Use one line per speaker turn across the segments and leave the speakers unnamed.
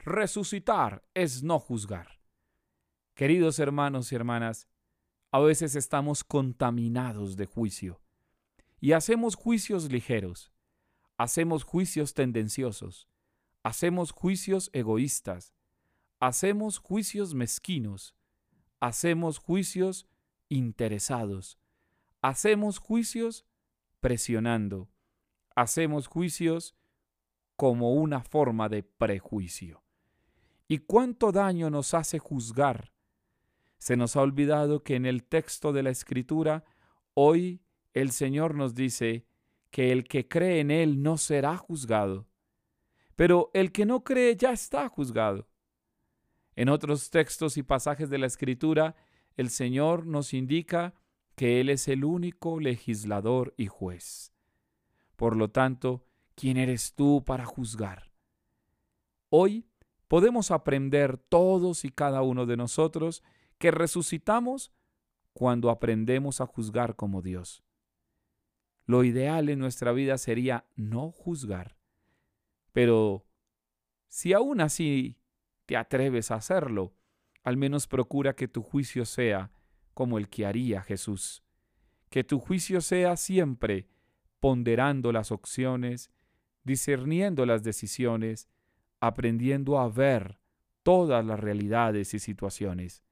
Resucitar es no juzgar. Queridos hermanos y hermanas, a veces estamos contaminados de juicio y hacemos juicios ligeros, hacemos juicios tendenciosos, hacemos juicios egoístas, hacemos juicios mezquinos, hacemos juicios interesados, hacemos juicios presionando, hacemos juicios como una forma de prejuicio. ¿Y cuánto daño nos hace juzgar? Se nos ha olvidado que en el texto de la Escritura, hoy el Señor nos dice que el que cree en Él no será juzgado, pero el que no cree ya está juzgado. En otros textos y pasajes de la Escritura, el Señor nos indica que Él es el único legislador y juez. Por lo tanto, ¿quién eres tú para juzgar? Hoy podemos aprender todos y cada uno de nosotros que resucitamos cuando aprendemos a juzgar como Dios. Lo ideal en nuestra vida sería no juzgar, pero si aún así te atreves a hacerlo, al menos procura que tu juicio sea como el que haría Jesús, que tu juicio sea siempre ponderando las opciones, discerniendo las decisiones, aprendiendo a ver todas las realidades y situaciones.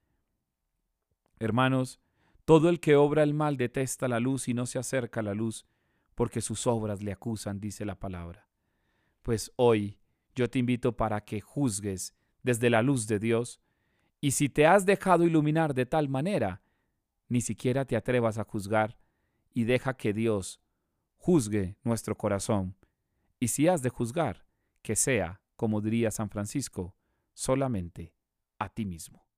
Hermanos, todo el que obra el mal detesta la luz y no se acerca a la luz, porque sus obras le acusan, dice la palabra. Pues hoy yo te invito para que juzgues desde la luz de Dios, y si te has dejado iluminar de tal manera, ni siquiera te atrevas a juzgar y deja que Dios juzgue nuestro corazón. Y si has de juzgar, que sea, como diría San Francisco, solamente a ti mismo.